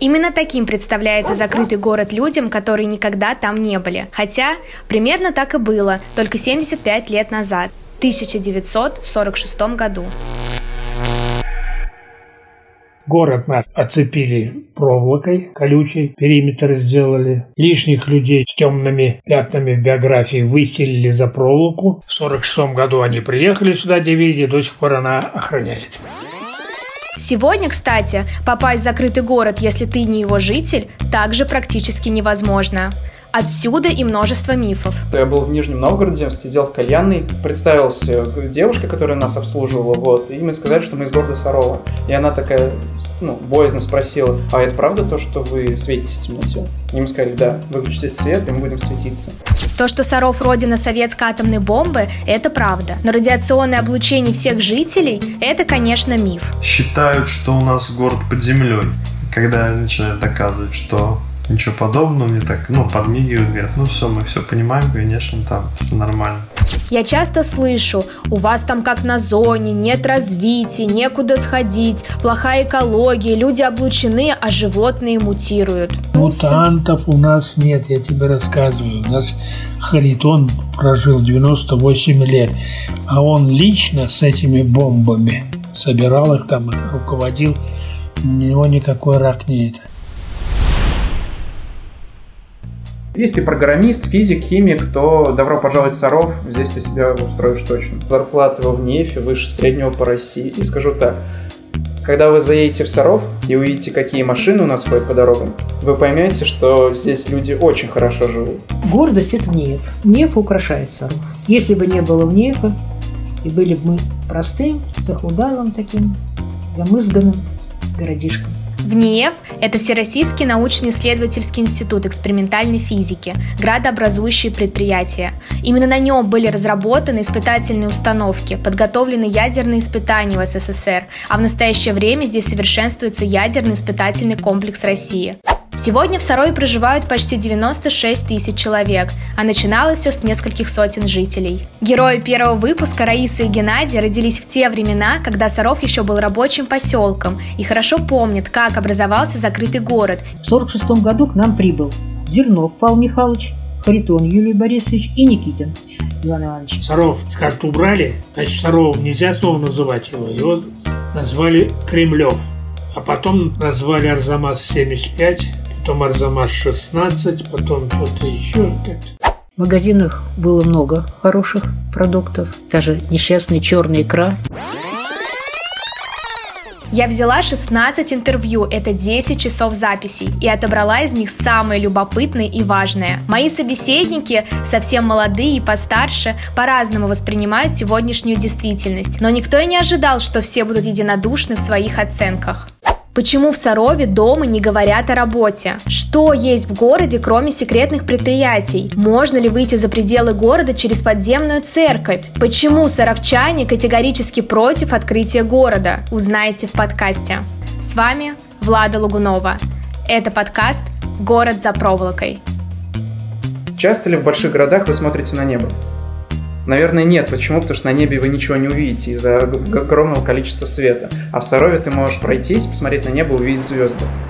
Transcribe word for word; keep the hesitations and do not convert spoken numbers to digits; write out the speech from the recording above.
Именно таким представляется закрытый город людям, которые никогда там не были. Хотя примерно так и было, только семьдесят пять лет назад, в тысяча девятьсот сорок шестом году. Город нас оцепили проволокой колючей, периметр сделали. Лишних людей с темными пятнами в биографии выселили за проволоку. В сорок шестом году они приехали сюда, дивизия, до сих пор она охраняется. Сегодня, кстати, попасть в закрытый город, если ты не его житель, также практически невозможно. Отсюда и множество мифов. Я был в Нижнем Новгороде, сидел в кальянной, представился девушка, которая нас обслуживала, вот, и мы сказали, что мы из города Сарова. И она такая, ну, боязно спросила: а это правда то, что вы светитесь в темноте? И мы сказали: да, выключите свет, и мы будем светиться. То, что Саров – родина советской атомной бомбы, это правда. Но радиационное облучение всех жителей – это, конечно, миф. Считают, что у нас город под землей. Когда начинают доказывать, что ничего подобного, мне так, ну, подмигивают, говорят: ну все, мы все понимаем, конечно, там все нормально. Я часто слышу: у вас там как на зоне, нет развития, некуда сходить, плохая экология, люди облучены, а животные мутируют. Мутантов у нас нет, я тебе рассказываю. У нас Харитон прожил девяносто восемь лет, а он лично с этими бомбами собирал их там, руководил, у него никакой рак не это. Если ты программист, физик, химик, то добро пожаловать в Саров, здесь ты себя устроишь точно. Зарплата в НИЭФе выше среднего по России. И скажу так, когда вы заедете в Саров и увидите, какие машины у нас ходят по дорогам, вы поймете, что здесь люди очень хорошо живут. Гордость – это НИЭФ. НИЭФ украшает Саров. Если бы не было НИЭФа, и были бы мы простым, захудалым таким, замызганным городишком. В НИЭФ – это Всероссийский научно-исследовательский институт экспериментальной физики, градообразующие предприятия. Именно на нем были разработаны испытательные установки, подготовлены ядерные испытания в СССР, а в настоящее время здесь совершенствуется ядерный испытательный комплекс России. Сегодня в Сарове проживают почти девяносто шесть тысяч человек, а начиналось все с нескольких сотен жителей. Герои первого выпуска Раиса и Геннадий родились в те времена, когда Саров еще был рабочим поселком, и хорошо помнят, как образовался закрытый город. В сорок шестом году к нам прибыл Зернов Павел Михайлович, Харитон Юрий Борисович и Никитин Иван Иванович. Саров с карты убрали, значит, Саров нельзя снова называть его, его назвали Кремлев. А потом назвали Арзамас семьдесят пять, потом Арзамас шестнадцать, потом что-то еще. В магазинах было много хороших продуктов, даже несчастная черная икра. Я взяла шестнадцать интервью, это десять часов записей, и отобрала из них самые любопытные и важные. Мои собеседники, совсем молодые и постарше, по-разному воспринимают сегодняшнюю действительность, но никто и не ожидал, что все будут единодушны в своих оценках. Почему в Сарове дома не говорят о работе? Что есть в городе, кроме секретных предприятий? Можно ли выйти за пределы города через подземную церковь? Почему саровчане категорически против открытия города? Узнаете в подкасте. С вами Влада Лугунова. Это подкаст «Город за проволокой». Часто ли в больших городах вы смотрите на небо? Наверное, нет. Почему? Потому что на небе вы ничего не увидите из-за огромного количества света. А в Сарове ты можешь пройтись, посмотреть на небо, увидеть звезды.